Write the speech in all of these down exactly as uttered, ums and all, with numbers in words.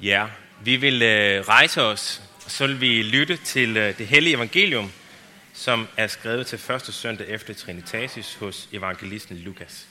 Ja, vi vil øh, rejse os, og så vil vi lytte til øh, det hellige evangelium, som er skrevet til første søndag efter Trinitatis hos evangelisten Lukas.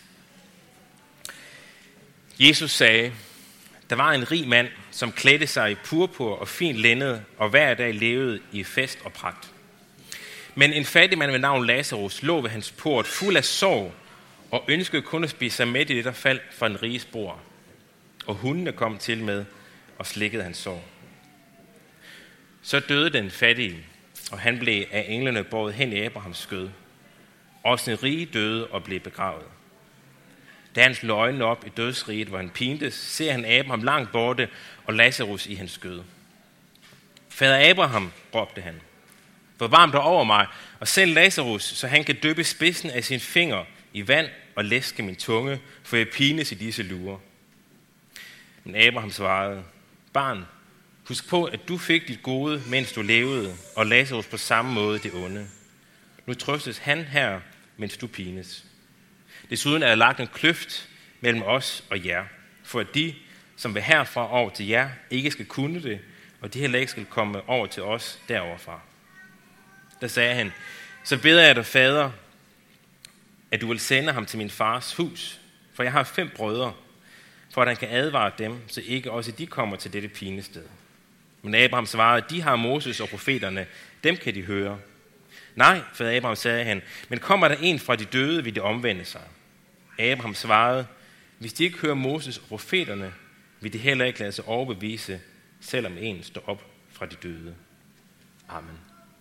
Jesus sagde, der var en rig mand, som klædte sig i purpur og fint linned, og hver dag levede i fest og pragt. Men en fattig mand ved navn Lazarus lå ved hans port fuld af sorg, og ønskede kun at spise sig med i det, der faldt fra en riges bord. Og hundene kom til med og slikkede hans sorg. Så døde den fattige, og han blev af englene båret hen i Abrahams skød. Også den rige døde og blev begravet. Da han slog øjnene op i dødsriget, hvor han pintes, ser han Abraham langt borte og Lazarus i hans skød. Fader Abraham, råbte han, hvor varmt over mig, og send Lazarus, så han kan dyppe spidsen af sin finger i vand og læske min tunge, for jeg pines i disse lurer. Men Abraham svarede, barn, husk på, at du fik dit gode, mens du levede, og Lazarus på samme måde det onde. Nu trøstes han her, mens du pines. Desuden er der lagt en kløft mellem os og jer, for at de, som vil herfra over til jer, ikke skal kunne det, og de heller ikke skal komme over til os deroverfra. Der sagde han, så beder jeg dig, fader, at du vil sende ham til min fars hus, for jeg har fem brødre, for at han kan advare dem, så ikke også de kommer til dette pinested. Men Abraham svarede, de har Moses og profeterne, dem kan de høre. Nej, fader Abraham, sagde han, men kommer der en fra de døde, vil de omvende sig. Abraham svarede, hvis de ikke hører Moses og profeterne, vil de heller ikke lade sig overbevise, selvom en står op fra de døde. Amen.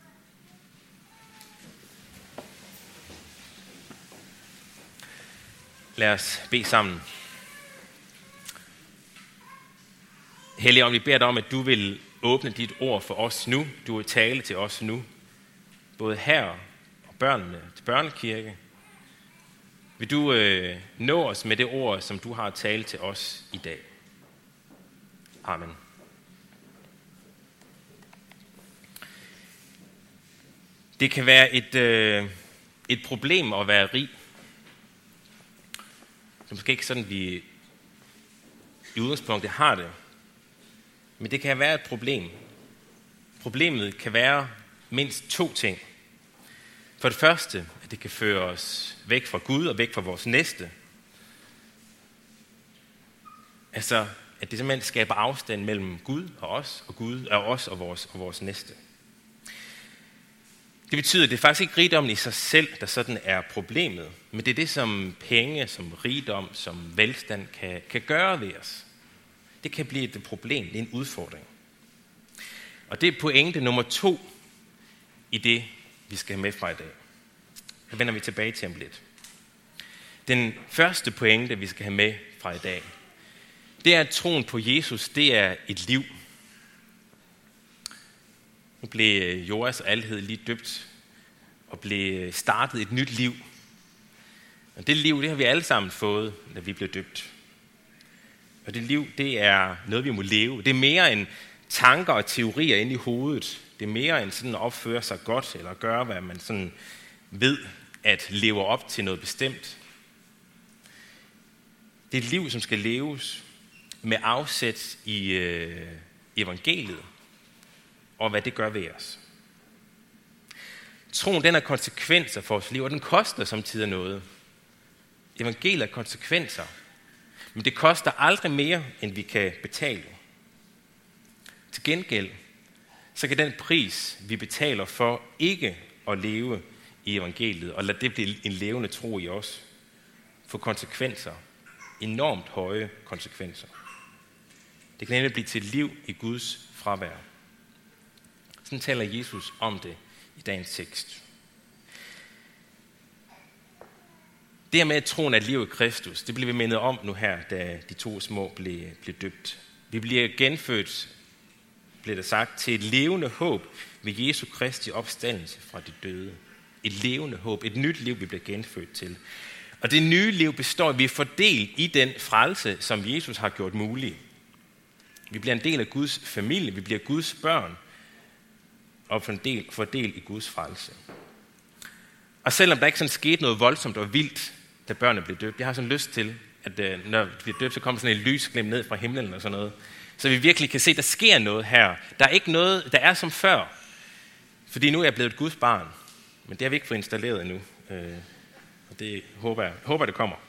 Lad os bede sammen. Helligånd, vi beder dig om, at du vil åbne dit ord for os nu. Du vil tale til os nu. Både her og børnene til børnekirke. Vil du øh, nå os med det ord, som du har talt til os i dag. Amen. Det kan være et, øh, et problem at være rig. Så måske ikke sådan, vi i udgangspunktet har det. Men det kan være et problem. Problemet kan være mindst to ting. For det første, at det kan føre os væk fra Gud og væk fra vores næste. Altså, at det simpelthen skaber afstand mellem Gud og os, og Gud og os og vores, og vores næste. Det betyder, at det er faktisk ikke rigdommen i sig selv, der sådan er problemet. Men det er det, som penge, som rigdom, som velstand kan, kan gøre ved os. Det kan blive et problem, det er en udfordring. Og det er pointe nummer to i det, vi skal have med fra i dag. Det vender vi tilbage til om lidt. Den første pointe, vi skal have med fra i dag, det er, at troen på Jesus, det er et liv. Nu blev Joas og Alhed lige døbt, og blev startet et nyt liv. Og det liv, det har vi alle sammen fået, da vi blev døbt. Og det liv, det er noget, vi må leve. Det er mere end tanker og teorier inde i hovedet. Det er mere end sådan at opføre sig godt, eller gøre, hvad man sådan ved, at leve op til noget bestemt. Det er et liv, som skal leves med afsæt i øh, evangeliet, og hvad det gør ved os. Troen, den har konsekvenser for vores liv, og den koster samtidig noget. Evangeliet har konsekvenser, men det koster aldrig mere, end vi kan betale. Til gengæld, så kan den pris, vi betaler for ikke at leve i evangeliet, og lade det blive en levende tro i os, få konsekvenser, enormt høje konsekvenser. Det kan nemlig blive til liv i Guds fravær. Sådan taler Jesus om det i dagens tekst. Det her med, at troen er et liv i Kristus, det bliver vi mindet om nu her, da de to små blev, blev døbt. Vi bliver genfødt, bliver der sagt, til et levende håb ved Jesu Kristi opstandelse fra de døde. Et levende håb, et nyt liv, vi bliver genfødt til. Og det nye liv består, at vi får del i den frelse, som Jesus har gjort mulig. Vi bliver en del af Guds familie, vi bliver Guds børn, og får del, får del i Guds frelse. Og selvom der ikke sådan skete noget voldsomt og vildt, da børnene blev døbt, jeg har sådan lyst til at øh, når vi er døbt, så kommer sådan et lysglimt ned fra himlen og sådan noget. Så vi virkelig kan se, at der sker noget her. Der er ikke noget, der er som før. Fordi nu er jeg blevet et Guds barn. Men det har vi ikke fået installeret endnu. Øh, og det håber jeg, håber, det kommer.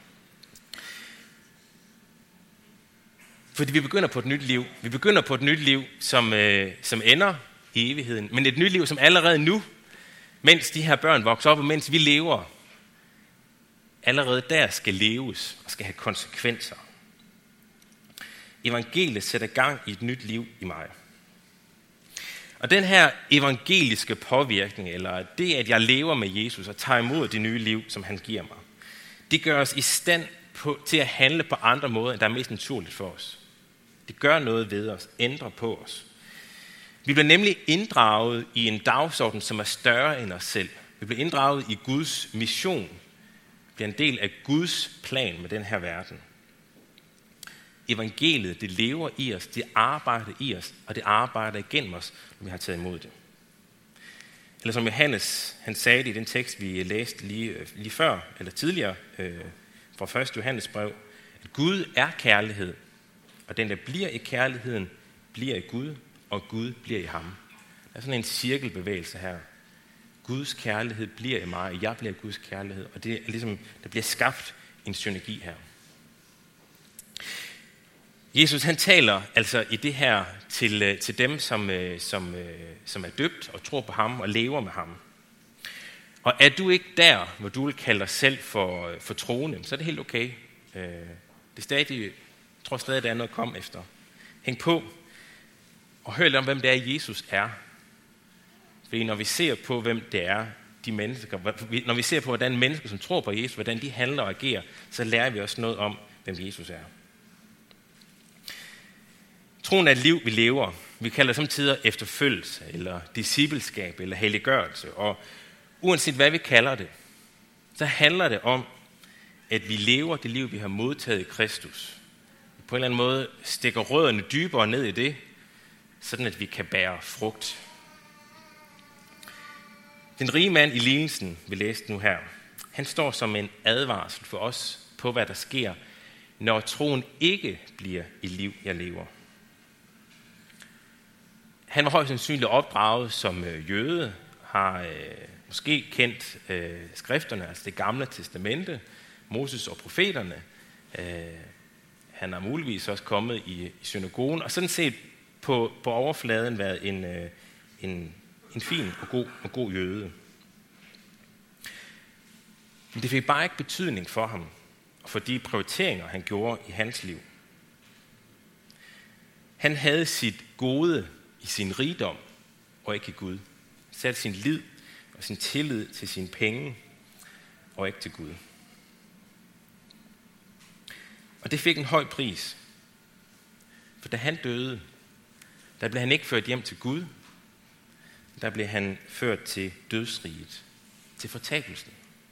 Fordi vi begynder på et nyt liv. Vi begynder på et nyt liv, som, øh, som ender i evigheden. Men et nyt liv, som allerede nu, mens de her børn vokser op, og mens vi lever, allerede der skal leves og skal have konsekvenser. Evangeliet sætter gang i et nyt liv i mig. Og den her evangeliske påvirkning, eller det, at jeg lever med Jesus og tager imod det nye liv, som han giver mig, det gør os i stand på, til at handle på andre måder, end der er mest naturligt for os. Det gør noget ved os, ændrer på os. Vi bliver nemlig inddraget i en dagsorden, som er større end os selv. Vi bliver inddraget i Guds mission. Vi bliver en del af Guds plan med den her verden. Evangeliet, det lever i os, det arbejder i os, og det arbejder igennem os, når vi har taget imod det. Eller som Johannes, han sagde det i den tekst, vi læste lige, lige før, eller tidligere, øh, fra første Johannes brev, at Gud er kærlighed, og den, der bliver i kærligheden, bliver i Gud, og Gud bliver i ham. Der er sådan en cirkelbevægelse her. Guds kærlighed bliver i mig, og jeg bliver Guds kærlighed, og det er ligesom, der bliver skabt en synergi her. Jesus, han taler altså i det her til, til dem, som, som, som er døbt og tror på ham og lever med ham. Og er du ikke der, hvor du vil kalde dig selv for, for troende, så er det helt okay. Det er stadig, jeg tror stadig, der er noget at komme efter. Hæng på og hør lidt om, hvem det er, Jesus er. Fordi når vi ser på, hvem det er, de mennesker, når vi ser på, hvordan mennesker, som tror på Jesus, hvordan de handler og agerer, så lærer vi også noget om, hvem Jesus er. Troen er et liv, vi lever. Vi kalder det samtidig efterfølgelse, eller discipleskab, eller helliggørelse. Og uanset hvad vi kalder det, så handler det om, at vi lever det liv, vi har modtaget i Kristus. På en eller anden måde stikker rødderne dybere ned i det, sådan at vi kan bære frugt. Den rige mand i lignelsen, vi læste nu her, han står som en advarsel for os på, hvad der sker, når troen ikke bliver et liv, jeg lever. Han var højst sandsynligt opdraget som jøde, har øh, måske kendt øh, skrifterne, altså det gamle testamente, Moses og profeterne. Øh, han har muligvis også kommet i, i synagogen, og sådan set på, på overfladen været en, øh, en, en fin og god, og god jøde. Men det fik bare ikke betydning for ham, og for de prioriteringer, han gjorde i hans liv. Han havde sit gode i sin rigdom, og ikke i Gud. Han satte sin lid og sin tillid til sine penge, og ikke til Gud. Og det fik en høj pris. For da han døde, der blev han ikke ført hjem til Gud. Der blev han ført til dødsriget, til fortabelsen.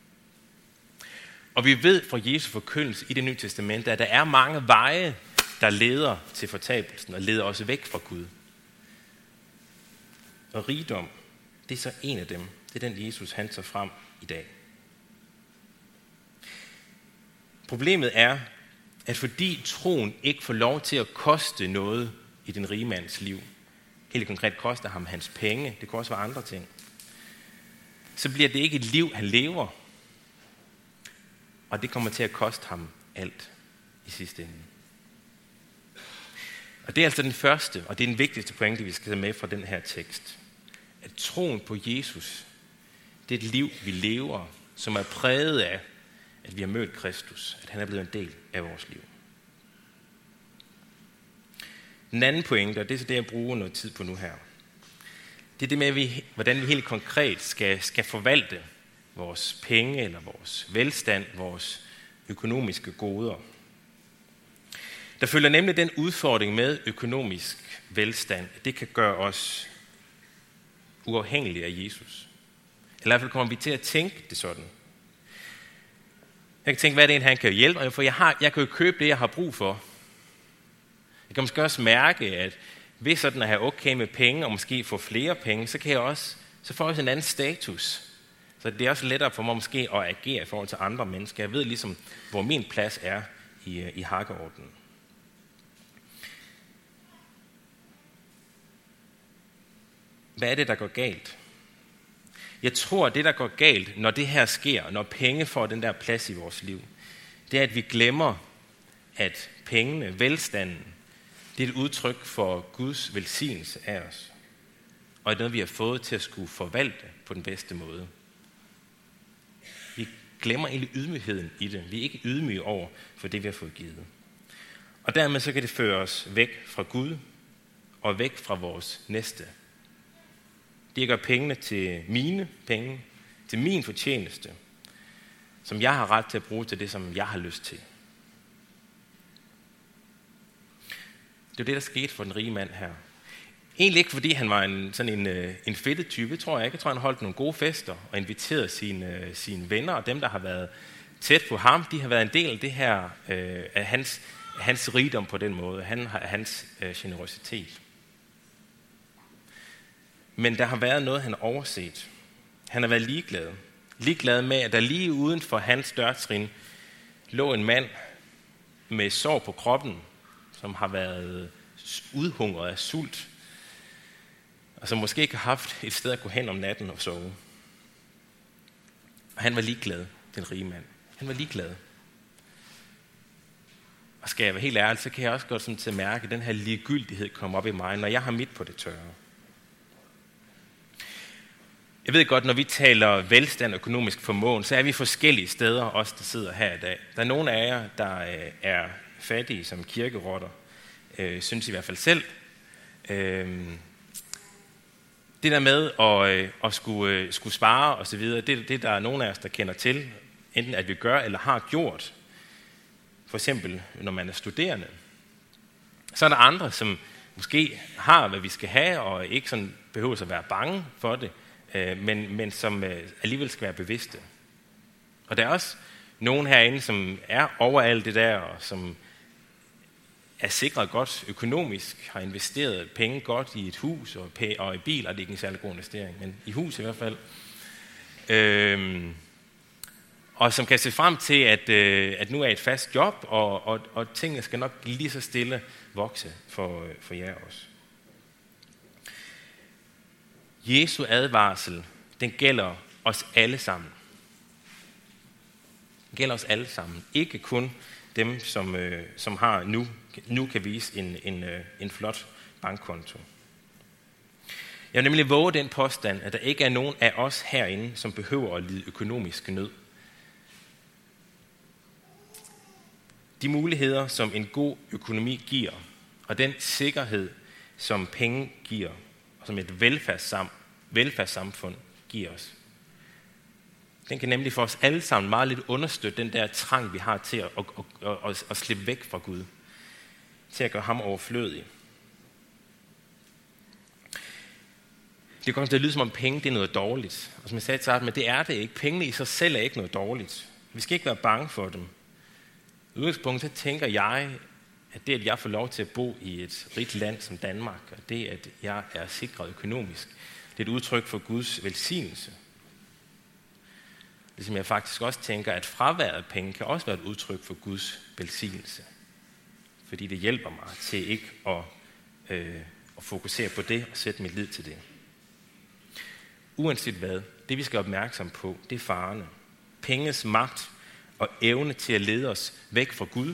Og vi ved fra Jesu forkyndelse i Det Nye Testamente, at der er mange veje, der leder til fortabelsen og leder også væk fra Gud. Og rigdom, det er så en af dem. Det er den, Jesus han tager frem i dag. Problemet er, at fordi troen ikke får lov til at koste noget i den rige mands liv, helt konkret koster ham hans penge, det kan også være andre ting, så bliver det ikke et liv, han lever, og det kommer til at koste ham alt i sidste ende. Og det er altså den første, og det er den vigtigste pointe, vi skal have med fra den her tekst. At troen på Jesus, det er et liv, vi lever, som er præget af, at vi har mødt Kristus, at han er blevet en del af vores liv. Den anden pointe, og det er så det, jeg bruger noget tid på nu her, det er det med, at vi, hvordan vi helt konkret skal, skal forvalte vores penge, eller vores velstand, vores økonomiske goder. Der følger nemlig den udfordring med økonomisk velstand, at det kan gøre os uafhængige af Jesus. Eller i hvert fald kommer vi til at tænke det sådan. Jeg kan tænke, hvad er det, han kan hjælpe mig? For jeg, har, jeg kan jo købe det, jeg har brug for. Jeg kan måske også mærke, at hvis sådan at have okay med penge, og måske få flere penge, så kan jeg også, så får jeg også en anden status. Så det er også lettere for mig måske at agere i forhold til andre mennesker. Jeg ved ligesom, hvor min plads er i, i Haggeordenen. Hvad er det, der går galt? Jeg tror, at det, der går galt, når det her sker, når penge får den der plads i vores liv, det er, at vi glemmer, at pengene, velstanden, det er et udtryk for Guds velsignelse af os. Og det er noget, vi har fået til at skulle forvalte på den bedste måde. Vi glemmer egentlig ydmygheden i det. Vi er ikke ydmyge over for det, vi har fået givet. Og dermed så kan det føre os væk fra Gud og væk fra vores næste. Det gør pengene til mine penge, til min fortjeneste, som jeg har ret til at bruge til det, som jeg har lyst til. Det er det, der skete for den rige mand her. Egentlig ikke, fordi han var en, sådan en, en fedtet type, tror jeg ikke. Jeg tror, han holdt nogle gode fester og inviterede sine, sine venner, og dem, der har været tæt på ham, de har været en del af det her, øh, af hans, af hans rigdom på den måde, han, af hans øh, generøsitet. Men der har været noget, han har overset. Han har været ligeglad. Ligeglad med, at der lige uden for hans dørtrin lå en mand med sår på kroppen, som har været udhungret af sult, og som måske ikke har haft et sted at gå hen om natten og sove. Og han var ligeglad, den rige mand. Han var ligeglad. Og skal jeg være helt ærlig, så kan jeg også godt sådan til at mærke, at den her ligegyldighed kommer op i mig, når jeg har mit på det tørre. Jeg ved godt, når vi taler velstand og økonomisk formåen, så er vi forskellige steder, os der sidder her i dag. Der er nogle af jer, der er fattige som kirkerotter, øh, synes i hvert fald selv. Øh, det der med at, øh, at skulle, øh, skulle spare og så videre, det, det der er nogle af os, der kender til, enten at vi gør eller har gjort. For eksempel, når man er studerende. Så er der andre, som måske har, hvad vi skal have, og ikke sådan behøver at være bange for det, Men, men som alligevel skal være bevidste. Og der er også nogen herinde, som er over alt det der, og som er sikret godt økonomisk, har investeret penge godt i et hus og, og i bil, og det er ikke en særlig god investering, men i hus i hvert fald. Øhm, og som kan se frem til, at, øh, at nu er et fast job, og, og, og tingene skal nok lige så stille vokse for, for jer også. Jesu advarsel, den gælder os alle sammen. Den gælder os alle sammen. Ikke kun dem, som, øh, som har nu, nu kan vise en, en, øh, en flot bankkonto. Jeg vil nemlig våge den påstand, at der ikke er nogen af os herinde, som behøver at lide økonomisk nød. De muligheder, som en god økonomi giver, og den sikkerhed, som penge giver, og som et velfærdssam, velfærdssamfund giver os. Den kan nemlig for os alle sammen meget lidt understøtte den der trang, vi har til at, at, at, at, at slippe væk fra Gud. Til at gøre ham overflødig. Det kan komme til at lyde som om penge det er noget dårligt. Og som jeg sagde til starten, men det er det ikke. Pengene i sig selv er ikke noget dårligt. Vi skal ikke være bange for dem. I udgangspunktet så tænker jeg, at det, at jeg får lov til at bo i et rigt land som Danmark, og det, at jeg er sikret økonomisk, det er et udtryk for Guds velsignelse. Ligesom jeg faktisk også tænker, at fraværet af penge kan også være et udtryk for Guds velsignelse. Fordi det hjælper mig til ikke at, øh, at fokusere på det og sætte mit lid til det. Uanset hvad, det vi skal være opmærksom på, det er farerne. Penges magt og evne til at lede os væk fra Gud,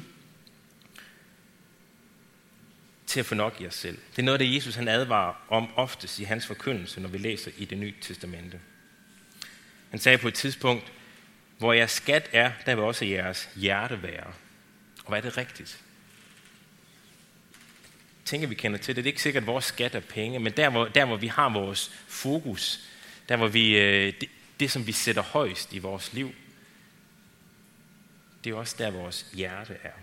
til at få nok i os selv. Det er noget, der Jesus han advarer om oftest i hans forkyndelse, når vi læser i Det Nye Testamente. Han sagde på et tidspunkt, hvor jeres skat er, der vil også jeres hjerte være. Og hvad er det rigtigt? Jeg tænker, vi kender til det. Det er ikke sikkert, at vores skat er penge, men der hvor, der, hvor vi har vores fokus, der hvor vi, det, det, som vi sætter højst i vores liv, det er også der, vores hjerte er.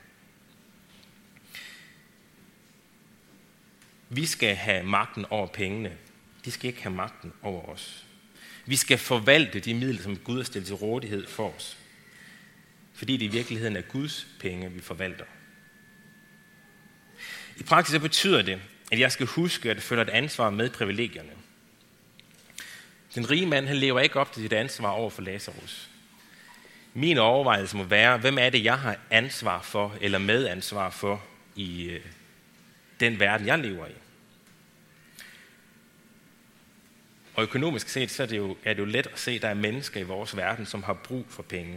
Vi skal have magten over pengene. De skal ikke have magten over os. Vi skal forvalte de midler, som Gud har stillet til rådighed for os. Fordi det i virkeligheden er Guds penge, vi forvalter. I praksis så betyder det, at jeg skal huske, at det følger et ansvar med privilegierne. Den rige mand, han lever ikke op til sit ansvar over for Lazarus. Min overvejelse må være, hvem er det, jeg har ansvar for, eller medansvar for, i øh, den verden, jeg lever i. Og økonomisk set, så er det, jo, er det jo let at se, at der er mennesker i vores verden, som har brug for penge.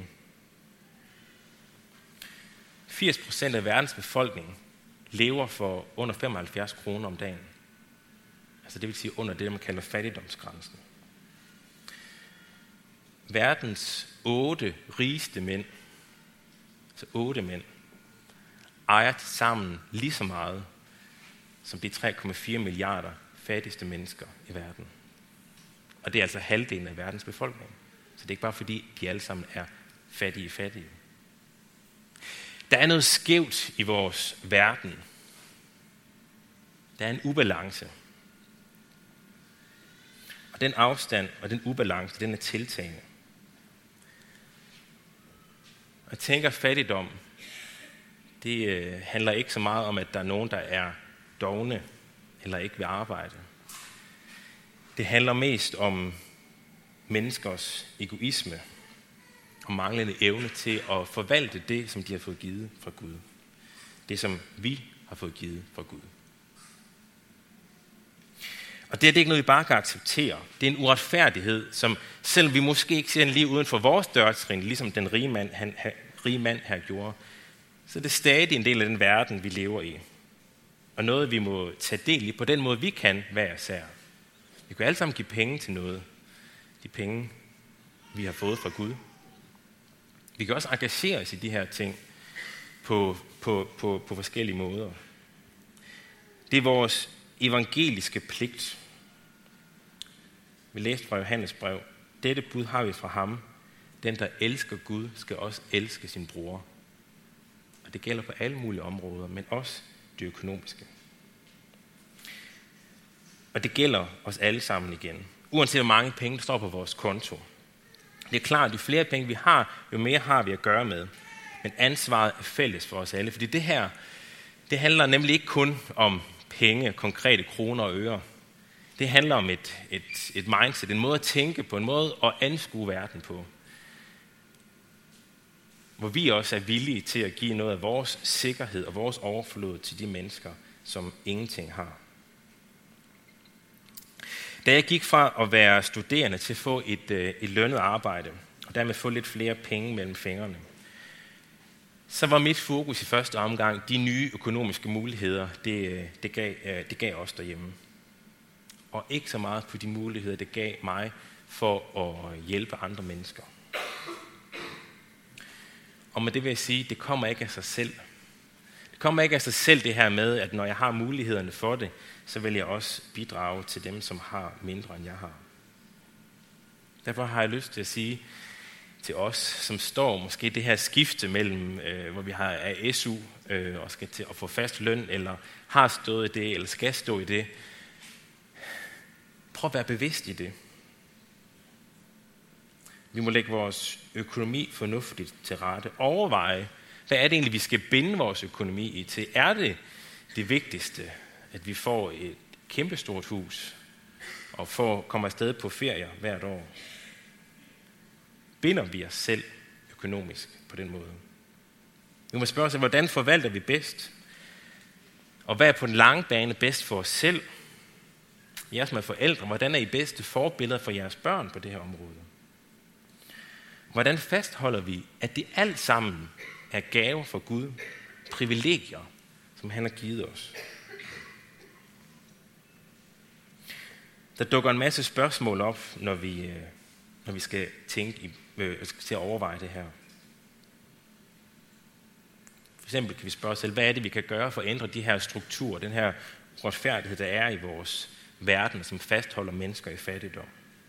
firs procent af verdens befolkning lever for under femoghalvfjerds kroner om dagen. Altså det vil sige under det, man kalder fattigdomsgrænsen. Verdens otte rigeste mænd, altså otte mænd, ejer tilsammen lige så meget som de tre komma fire milliarder fattigste mennesker i verden. Og det er altså halvdelen af verdens befolkning. Så det er ikke bare fordi, de alle sammen er fattige fattige. Der er noget skævt i vores verden. Der er en ubalance. Og den afstand og den ubalance, den er tiltagende. Og jeg tænker, fattigdom, det øh, handler ikke så meget om, at der er nogen, der er dovne eller ikke vil arbejde. Det handler mest om menneskers egoisme og manglende evne til at forvalte det, som de har fået givet fra Gud. Det, som vi har fået givet fra Gud. Og det er det ikke noget, vi bare kan acceptere. Det er en uretfærdighed, som selvom vi måske ikke ser den lige uden for vores dørtrin, ligesom den rige mand, han, rige mand her gjorde, så er det stadig en del af den verden, vi lever i. Og noget, vi må tage del i på den måde, vi kan hver især. Vi kan alle sammen give penge til noget. De penge, vi har fået fra Gud. Vi kan også engagere os i de her ting på, på, på, på forskellige måder. Det er vores evangeliske pligt. Vi læste fra Johannes brev. Dette bud har vi fra ham. Den, der elsker Gud, skal også elske sin bror. Og det gælder på alle mulige områder, men også det økonomiske. Og det gælder os alle sammen igen. Uanset hvor mange penge, der står på vores konto. Det er klart, at jo flere penge vi har, jo mere har vi at gøre med. Men ansvaret er fælles for os alle. Fordi det her, det handler nemlig ikke kun om penge, konkrete kroner og øre. Det handler om et, et, et mindset, en måde at tænke på, en måde at anskue verden på. Hvor vi også er villige til at give noget af vores sikkerhed og vores overflod til de mennesker, som ingenting har. Da jeg gik fra at være studerende til at få et, et lønnet arbejde, og dermed få lidt flere penge mellem fingrene, så var mit fokus i første omgang de nye økonomiske muligheder, det, det, gav, det gav os derhjemme. Og ikke så meget på de muligheder, det gav mig for at hjælpe andre mennesker. Og med det vil jeg sige, det kommer ikke af sig selv. Det kommer ikke af sig selv det her med, at når jeg har mulighederne for det, så vil jeg også bidrage til dem, som har mindre end jeg har. Derfor har jeg lyst til at sige til os, som står måske det her skifte mellem, øh, hvor vi har af S U øh, og skal til at få fast løn, eller har stået i det, eller skal stå i det. Prøv at være bevidst i det. Vi må lægge vores økonomi fornuftigt til rette. Overveje, hvad er det egentlig, vi skal binde vores økonomi i til? Er det det vigtigste, at vi får et kæmpestort hus og får, kommer afsted på ferier hvert år? Binder vi os selv økonomisk på den måde? Vi må spørge os, hvordan forvalter vi bedst? Og hvad er på den lange bane bedst for os selv? Jer som er forældre, hvordan er I bedste forbilleder for jeres børn på det her område? Hvordan fastholder vi, at det alt sammen er gaver fra Gud, privilegier, som han har givet os? Der dukker en masse spørgsmål op, når vi, når vi skal tænke i, øh, skal til at overveje det her. For eksempel kan vi spørge os selv, hvad er det, vi kan gøre for at ændre de her strukturer, den her retfærdighed, der er i vores verden, som fastholder mennesker i fattigdom.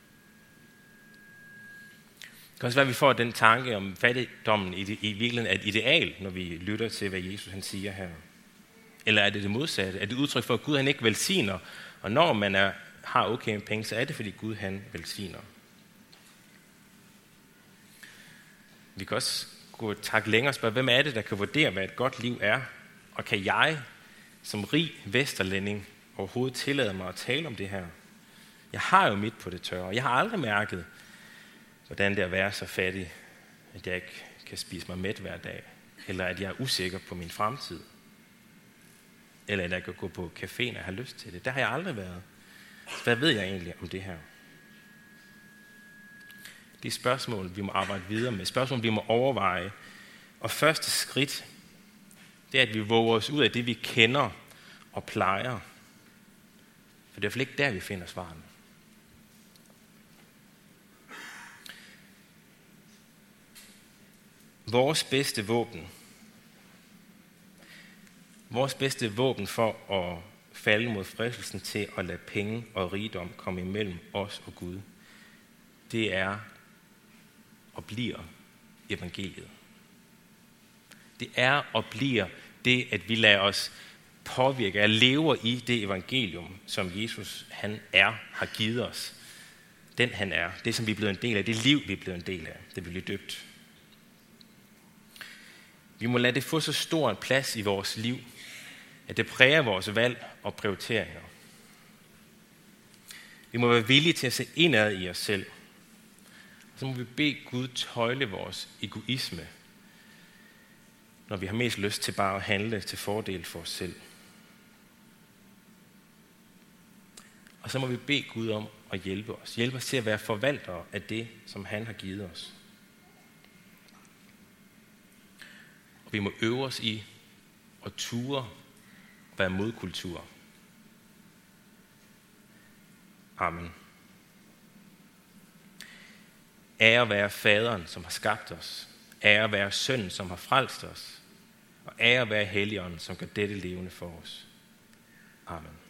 Det kan også være, at vi får den tanke om fattigdommen i, det, i virkeligheden er et ideal, når vi lytter til, hvad Jesus han siger her. Eller er det det modsatte? Er det udtryk for, at Gud han ikke velsigner? Og når man er, har okay med penge, så er det, fordi Gud han velsigner. Vi kan også gå et tak længere og spørge, hvem er det, der kan vurdere, hvad et godt liv er? Og kan jeg som rig vesterlænding overhovedet tillade mig at tale om det her? Jeg har jo mit på det tørre. Jeg har aldrig mærket, hvordan det er at være så fattig at jeg ikke kan spise mig mæt hver dag, eller at jeg er usikker på min fremtid, eller at jeg kan gå på café, når jeg har lyst til det. Der har jeg aldrig været. Så hvad ved jeg egentlig om det her? Det er spørgsmål, vi må arbejde videre med. Spørgsmål, vi må overveje. Og første skridt, det er, at vi våger os ud af det, vi kender og plejer. For det er i hvert fald ikke der, vi finder svarene. Vores bedste våben, vores bedste våben for at falde mod fristelsen til at lade penge og rigdom komme imellem os og Gud, det er og bliver evangeliet. Det er og bliver det, at vi lader os påvirke, at lever i det evangelium, som Jesus han er, har givet os. Den han er, det som vi er blevet en del af, det liv vi er blevet en del af, det vi bliver døbt. Vi må lade det få så stor en plads i vores liv, at det præger vores valg og prioriteringer. Vi må være villige til at se indad i os selv. Og så må vi bede Gud tøjle vores egoisme, når vi har mest lyst til bare at handle til fordel for os selv. Og så må vi bede Gud om at hjælpe os. Hjælpe os til at være forvaltere af det, som han har givet os. Og vi må øve os i at ture og være modkultur. Amen. Ære være faderen, som har skabt os. Ære være sønnen, som har frelst os. Og ære være Helligånden, som gør dette levende for os. Amen.